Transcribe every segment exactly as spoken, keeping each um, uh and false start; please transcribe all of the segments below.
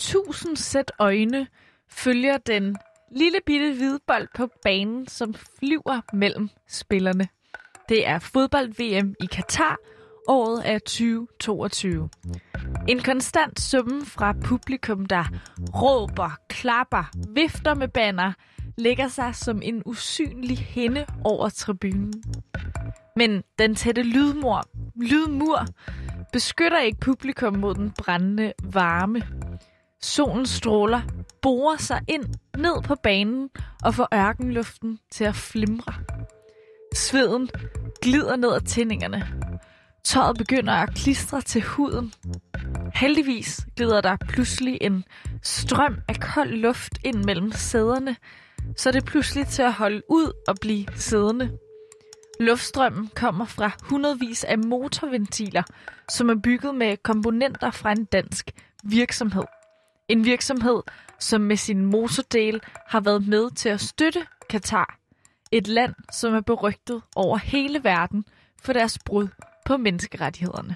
tusind sæt øjne følger den lille bitte hvide bold på banen, som flyver mellem spillerne. Det er fodbold-V M i Katar. Året er tyve toogtyve. En konstant summen fra publikum, der råber, klapper, vifter med banner, lægger sig som en usynlig hinde over tribunen. Men den tætte lydmur, lydmur beskytter ikke publikum mod den brændende varme. Solens stråler borer sig ind ned på banen og får ørkenluften til at flimre. Sveden glider ned ad tændingerne. Tøjet begynder at klistre til huden. Heldigvis glider der pludselig en strøm af kold luft ind mellem sæderne, så det er pludselig til at holde ud og blive siddende. Luftstrømmen kommer fra hundredvis af motorventiler, som er bygget med komponenter fra en dansk virksomhed. En virksomhed, som med sin motordel har været med til at støtte Katar. Et land, som er berygtet over hele verden for deres brud på menneskerettighederne.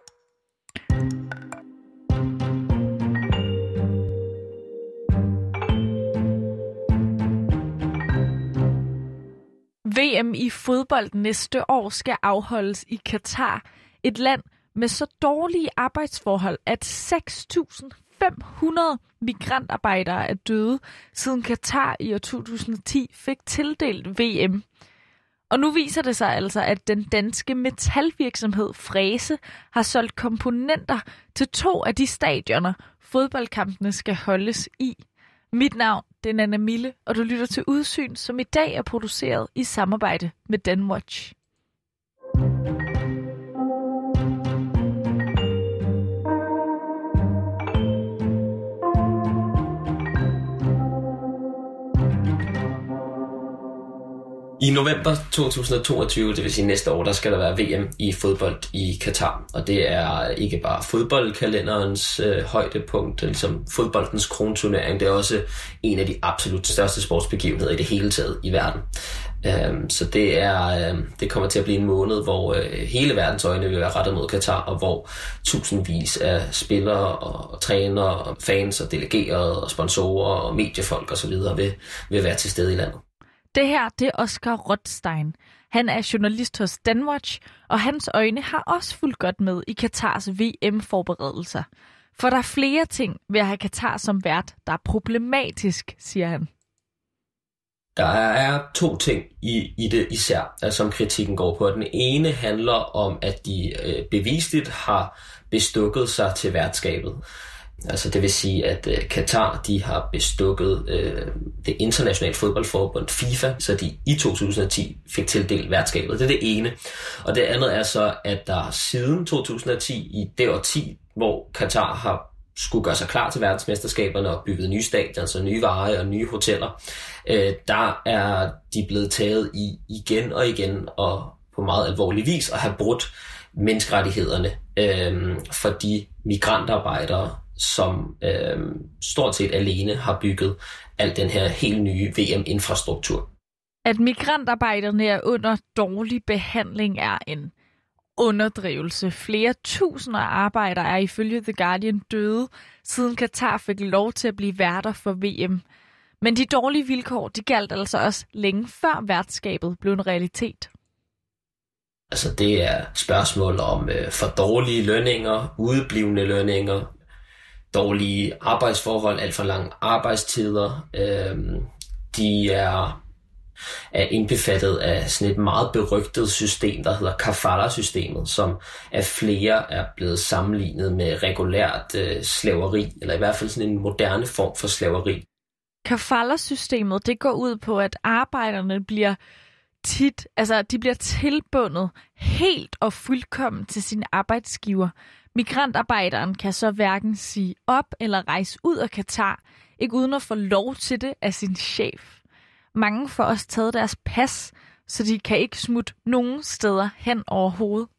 V M i fodbold næste år skal afholdes i Katar, et land med så dårlige arbejdsforhold, at seks tusind fem hundrede migrantarbejdere er døde, siden Katar i år to tusind og ti fik tildelt V M. Og nu viser det sig altså, at den danske metalvirksomhed Frese har solgt komponenter til to af de stadioner, fodboldkampene skal holdes i. Mit navn det er Nana Mille, og du lytter til Udsyn, som i dag er produceret i samarbejde med Danwatch. I november to tusind og toogtyve, det vil sige næste år, der skal der være V M i fodbold i Katar. Og det er ikke bare fodboldkalenderens øh, højdepunkt, ligesom fodboldens kronturnering. Det er også en af de absolut største sportsbegivenheder i det hele taget i verden. Um, så det, er, um, det kommer til at blive en måned, hvor uh, hele verdens øjne vil være rettet mod Katar, og hvor tusindvis af spillere og, og trænere, og fans og delegerede og sponsorer og mediefolk osv. Vil, vil være til stede i landet. Det her, det er Oscar Rothstein. Han er journalist hos Danwatch, og hans øjne har også fulgt godt med i Katars V M-forberedelser. For der er flere ting ved at have Katar som vært, der er problematisk, siger han. Der er to ting i, i det især, som kritikken går på. Den ene handler om, at de øh, bevisligt har bestukket sig til værtskabet. Altså det vil sige, at øh, Katar de har bestukket øh, det internationale fodboldforbund FIFA, så de i to tusind og ti fik tildelt værtskabet. Det er det ene. Og det andet er så, at der siden to tusind og ti, i det årti, hvor Katar har skulle gøre sig klar til verdensmesterskaberne og bygget nye stadioner, altså nye veje og nye hoteller, øh, der er de blevet taget i igen og igen og på meget alvorlig vis at have brudt menneskerettighederne øh, for de migrantarbejdere, som øh, stort set alene har bygget al den her helt nye V M-infrastruktur. At migrantarbejderne er under dårlig behandling er en underdrivelse. Flere tusinder arbejdere er ifølge The Guardian døde, siden Katar fik lov til at blive værter for V M. Men de dårlige vilkår, de galt altså også længe før værtskabet blev en realitet. Altså det er et spørgsmål om øh, for dårlige lønninger, udeblivende lønninger, dårlige arbejdsforhold, alt for lange arbejdstider. Øh, de er, er indbefattet af sådan et meget berygtet system, der hedder kafala-systemet, som af flere er blevet sammenlignet med regulært øh, slaveri, eller i hvert fald sådan en moderne form for slaveri. Kafala-systemet, det går ud på, at arbejderne bliver tit, altså de bliver tilbundet helt og fuldkommen til sin arbejdsgiver. Migrantarbejderen kan så hverken sige op eller rejse ud af Katar, ikke uden at få lov til det af sin chef. Mange får også taget deres pas, så de kan ikke smutte nogen steder hen overhovedet.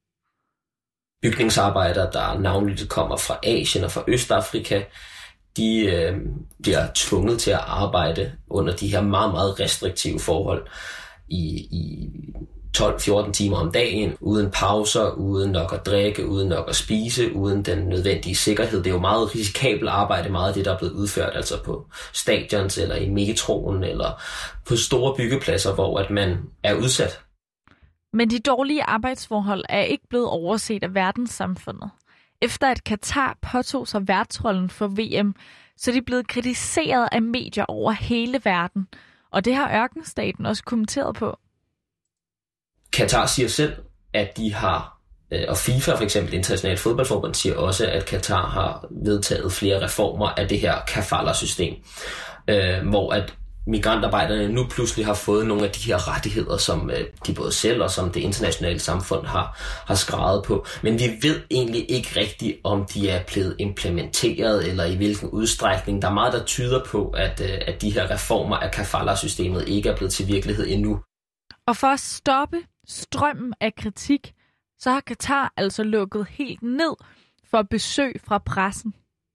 Bygningsarbejdere, der navnligt kommer fra Asien og fra Østafrika, de øh, bliver tvunget til at arbejde under de her meget, meget restriktive forhold i, i tolv til fjorten timer om dagen, uden pauser, uden nok at drikke, uden nok at spise, uden den nødvendige sikkerhed. Det er jo meget risikabelt arbejde, meget af det, der er blevet udført, altså på stadions eller i metroen eller på store byggepladser, hvor at man er udsat. Men de dårlige arbejdsforhold er ikke blevet overset af verdenssamfundet. Efter at Katar påtog sig værtsrollen for V M, så er de blevet kritiseret af medier over hele verden. Og det har ørkenstaten også kommenteret på. Katar siger selv, at de har, og FIFA for eksempel, Internationalt Fodboldforbund, siger også, at Katar har vedtaget flere reformer af det her kafala-system, øh, hvor at migrantarbejderne nu pludselig har fået nogle af de her rettigheder, som øh, de både selv og som det internationale samfund har, har skrevet på. Men vi ved egentlig ikke rigtigt, om de er blevet implementeret, eller i hvilken udstrækning. Der er meget, der tyder på, at, øh, at de her reformer af kafala-systemet ikke er blevet til virkelighed endnu. Og for at stoppe strømmen af kritik, så har Katar altså lukket helt ned for besøg fra pressen.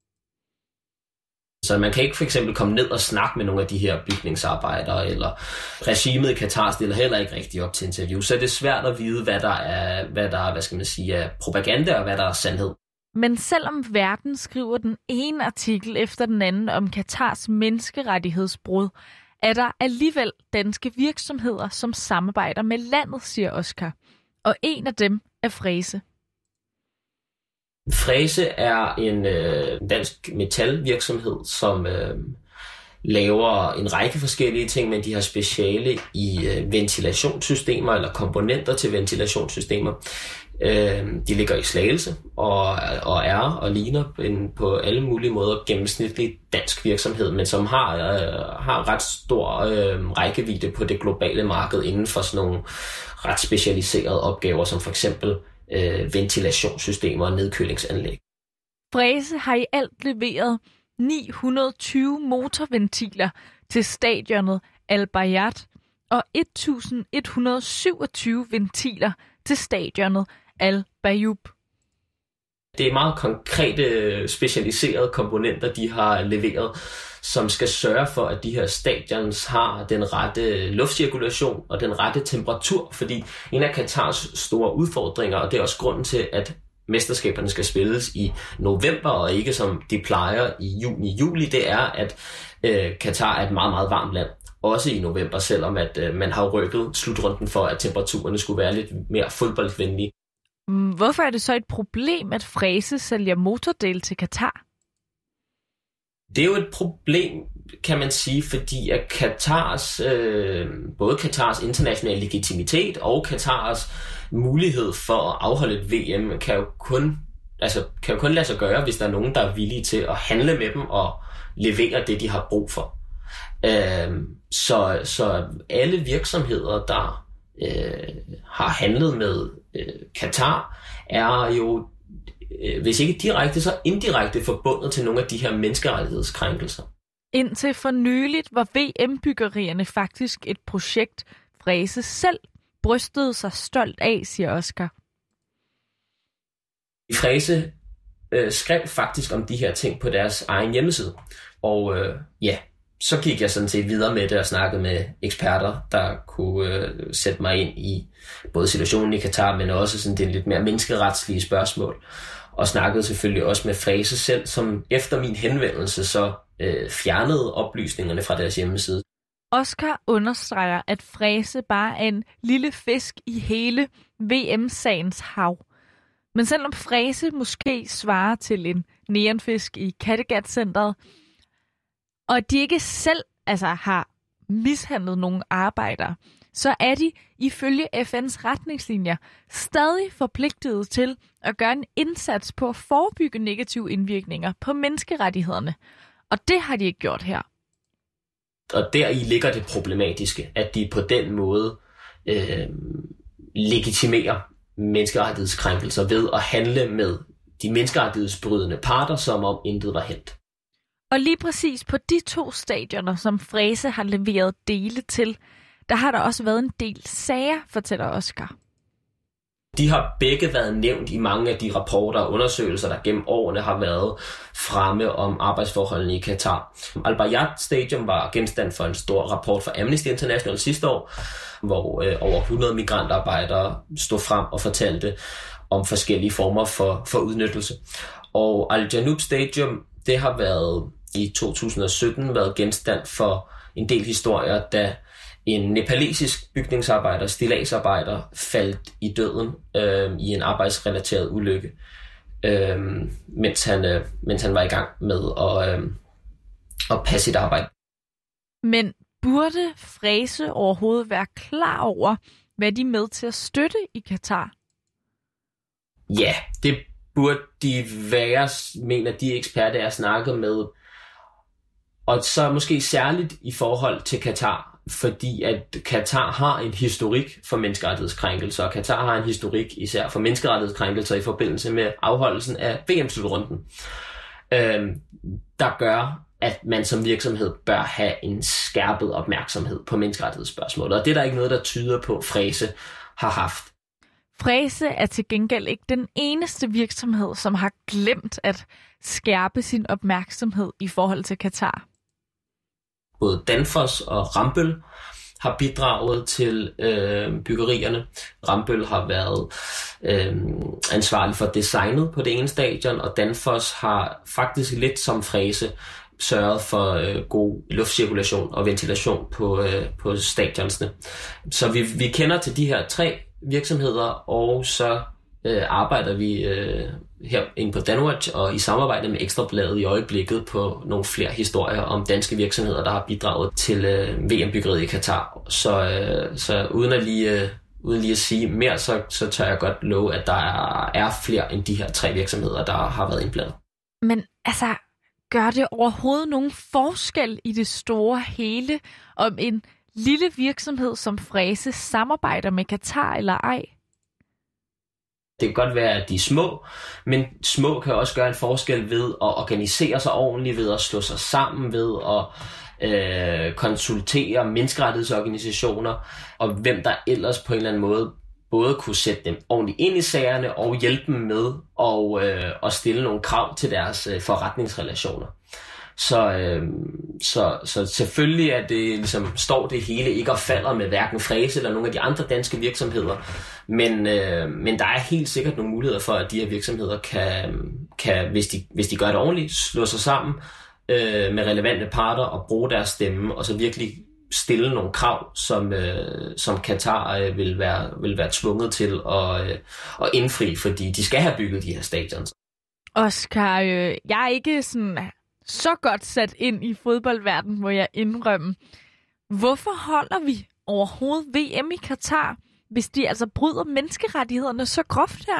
Så man kan ikke for eksempel komme ned og snakke med nogle af de her bygningsarbejdere, eller regimet i Katar stiller heller ikke rigtig op til interview. Så det er svært at vide, hvad der er, hvad der er, hvad skal man sige, er propaganda og hvad der er sandhed. Men selvom verden skriver den ene artikel efter den anden om Katars menneskerettighedsbrud, er der alligevel danske virksomheder, som samarbejder med landet, siger Oscar. Og en af dem er Frese. Frese er en øh, dansk metalvirksomhed, som øh, laver en række forskellige ting, men de har speciale i øh, ventilationssystemer eller komponenter til ventilationssystemer. Øh, de ligger i Slagelse og, og er og ligner en, på alle mulige måder gennemsnitlig dansk virksomhed, men som har, øh, har ret stor øh, rækkevidde på det globale marked inden for sådan nogle ret specialiserede opgaver, som for eksempel øh, ventilationssystemer og nedkølingsanlæg. Frese har i alt leveret ni hundrede og tyve motorventiler til stadionet Al Bayat og et tusind et hundrede og syvogtyve ventiler til stadionet Al Bayub. Det er meget konkrete, specialiserede komponenter, de har leveret, som skal sørge for, at de her stadions har den rette luftcirkulation og den rette temperatur, fordi en af Katars store udfordringer, og det er også grunden til, at mesterskaberne skal spilles i november, og ikke som de plejer i juni-juli, det er, at øh, Katar er et meget, meget varmt land. Også i november, selvom at øh, man har rykket slutrunden for, at temperaturerne skulle være lidt mere fodboldvenlige. Hvorfor er det så et problem, at Frese sælger motordele til Katar? Det er jo et problem, kan man sige, fordi at Katars, øh, både Katars internationale legitimitet og Katars mulighed for at afholde et V M kan jo kun, altså, kan jo kun lade sig gøre, hvis der er nogen, der er villige til at handle med dem og levere det, de har brug for. Øh, så, så alle virksomheder, der øh, har handlet med øh, Katar, er jo, øh, hvis ikke direkte, så indirekte forbundet til nogle af de her menneskerettighedskrænkelser. Indtil for nyligt var V M-byggerierne faktisk et projekt, Frese selv brystede sig stolt af, siger Oscar. Frese øh, skrev faktisk om de her ting på deres egen hjemmeside, og øh, ja, så gik jeg sådan set videre med det og snakkede med eksperter, der kunne øh, sætte mig ind i både situationen i Katar, men også sådan det lidt mere menneskeretslige spørgsmål. Og snakkede selvfølgelig også med Frese selv, som efter min henvendelse så øh, fjernede oplysningerne fra deres hjemmeside. Oscar understreger, at Frese bare er en lille fisk i hele V M-sagens hav. Men selvom Frese måske svarer til en neonfisk i Kattegat-centret, og de ikke selv altså, har mishandlet nogen arbejdere, så er de ifølge F N's retningslinjer stadig forpligtet til at gøre en indsats på at forebygge negative indvirkninger på menneskerettighederne. Og det har de ikke gjort her. Og deri ligger det problematiske, at de på den måde øh, legitimerer menneskerettighedskrænkelser ved at handle med de menneskerettighedsbrydende parter, som om intet var hændt. Og lige præcis på de to stadioner, som Frese har leveret dele til, der har der også været en del sager, fortæller Oscar. De har begge været nævnt i mange af de rapporter og undersøgelser, der gennem årene har været fremme om arbejdsforholdene i Katar. Al Bayat Stadium var genstand for en stor rapport fra Amnesty International sidste år, hvor øh, over hundrede migrantarbejdere stod frem og fortalte om forskellige former for, for udnyttelse. Og Al Janoub Stadium, det har været i to tusind og sytten været genstand for en del historier, da en nepalesisk bygningsarbejder, stilladsarbejder, faldt i døden øh, i en arbejdsrelateret ulykke, øh, mens, han, øh, mens han var i gang med at, øh, at passe sit arbejde. Men burde Frese overhovedet være klar over, hvad de er med til at støtte i Katar? Ja, det burde de være, mener de eksperter, jeg har snakket med. Og så måske særligt i forhold til Katar, fordi at Katar har en historik for menneskerettighedskrænkelser, og Katar har en historik især for menneskerettighedskrænkelser i forbindelse med afholdelsen af V M-slutrunden, øh, der gør, at man som virksomhed bør have en skærpet opmærksomhed på menneskerettighedsspørgsmålet. Og det er der ikke noget, der tyder på, Frese har haft. Frese er til gengæld ikke den eneste virksomhed, som har glemt at skærpe sin opmærksomhed i forhold til Katar. Både Danfoss og Rambøll har bidraget til øh, byggerierne. Rambøll har været øh, ansvarlig for designet på det ene stadion, og Danfoss har faktisk lidt som Frese sørget for øh, god luftcirkulation og ventilation på, øh, på stadionsne. Så vi, vi kender til de her tre virksomheder, og så øh, arbejder vi øh, her inde på Danwatch og i samarbejde med Ekstra Bladet i øjeblikket på nogle flere historier om danske virksomheder, der har bidraget til øh, V M-byggeriet i Katar. Så, øh, så uden, at lige, øh, uden lige at sige mere, så, så tør jeg godt love, at der er, er flere end de her tre virksomheder, der har været indblandet. Men altså, gør det overhovedet nogen forskel i det store hele, om en lille virksomhed som Frese samarbejder med Katar eller ej? Det kan godt være, at de er små, men små kan også gøre en forskel ved at organisere sig ordentligt, ved at slå sig sammen, ved at øh, konsultere menneskerettighedsorganisationer, og hvem der ellers på en eller anden måde både kunne sætte dem ordentligt ind i sagerne og hjælpe dem med at, øh, at stille nogle krav til deres øh, forretningsrelationer. Så, øh, så, så selvfølgelig er det, ligesom, står det hele ikke og falder med hverken Frese eller nogle af de andre danske virksomheder, men, øh, men der er helt sikkert nogle muligheder for, at de her virksomheder kan, kan hvis, de, hvis de gør det ordentligt, slå sig sammen øh, med relevante parter og bruge deres stemme, og så virkelig stille nogle krav, som, øh, som Katar øh, vil, være, vil være tvunget til at, øh, at indfri, fordi de skal have bygget de her stadions. Oscar, øh, jeg er ikke sådan så godt sat ind i fodboldverdenen, må jeg indrømme. Hvorfor holder vi overhovedet V M i Katar, hvis de altså bryder menneskerettighederne så groft her?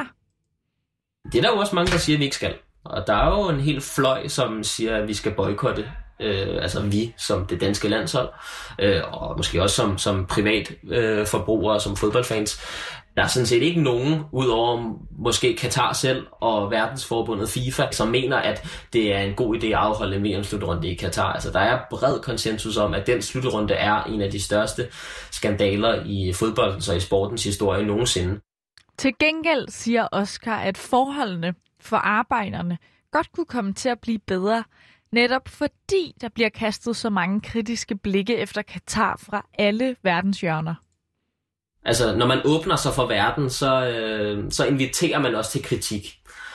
Det er der jo også mange, der siger, at vi ikke skal. Og der er jo en hel fløj, som siger, at vi skal boykotte. Øh, altså vi som det danske landshold, øh, og måske også som, som privat øh, forbrugere, som fodboldfans. Der er sådan set ikke nogen, udover måske Katar selv og verdensforbundet FIFA, som mener, at det er en god idé at afholde en V M-slutrunde i Katar. Altså der er bred konsensus om, at den slutrunde er en af de største skandaler i fodboldens og i sportens historie nogensinde. Til gengæld siger Oscar, at forholdene for arbejderne godt kunne komme til at blive bedre, netop fordi der bliver kastet så mange kritiske blikke efter Katar fra alle verdens hjørner. Altså, når man åbner sig for verden, så, øh, så inviterer man også til kritik.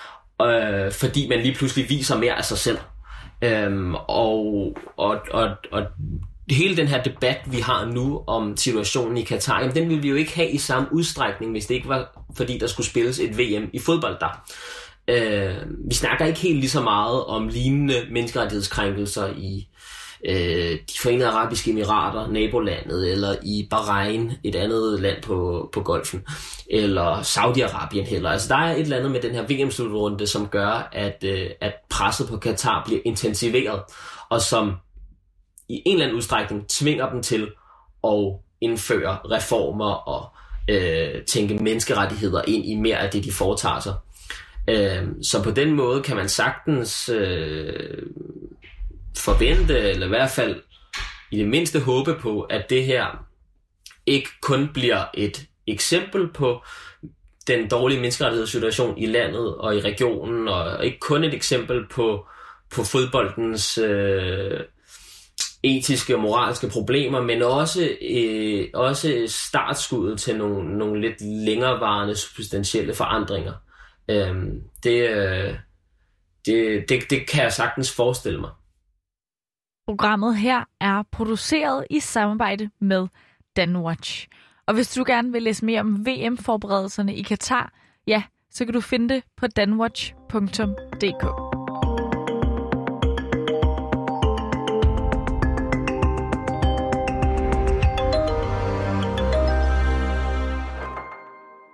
Øh, fordi man lige pludselig viser mere af sig selv. Øh, og, og, og, og hele den her debat, vi har nu om situationen i Katar, jamen, den ville vi jo ikke have i samme udstrækning, hvis det ikke var, fordi der skulle spilles et V M i fodbold der. Øh, vi snakker ikke helt lige så meget om lignende menneskerettighedskrænkelser i øh, de Forenede Arabiske Emirater, nabolandet, eller i Bahrain, et andet land på, på Golfen, eller Saudi-Arabien heller. Altså der er et eller andet med den her V M-slutrunde, som gør, at, øh, at presset på Katar bliver intensiveret, og som i en eller anden udstrækning tvinger dem til at indføre reformer og øh, tænke menneskerettigheder ind i mere af det, de foretager sig. Så på den måde kan man sagtens øh, forvente, eller i hvert fald i det mindste håbe på, at det her ikke kun bliver et eksempel på den dårlige menneskerettighedssituation i landet og i regionen, og ikke kun et eksempel på, på fodboldens øh, etiske og moralske problemer, men også, øh, også startskuddet til nogle, nogle lidt længerevarende substantielle forandringer. Øh, det, øh, det, det, det kan jeg sagtens forestille mig. Programmet her er produceret i samarbejde med Danwatch. Og hvis du gerne vil læse mere om V M-forberedelserne i Katar, ja, så kan du finde det på danwatch punktum d k.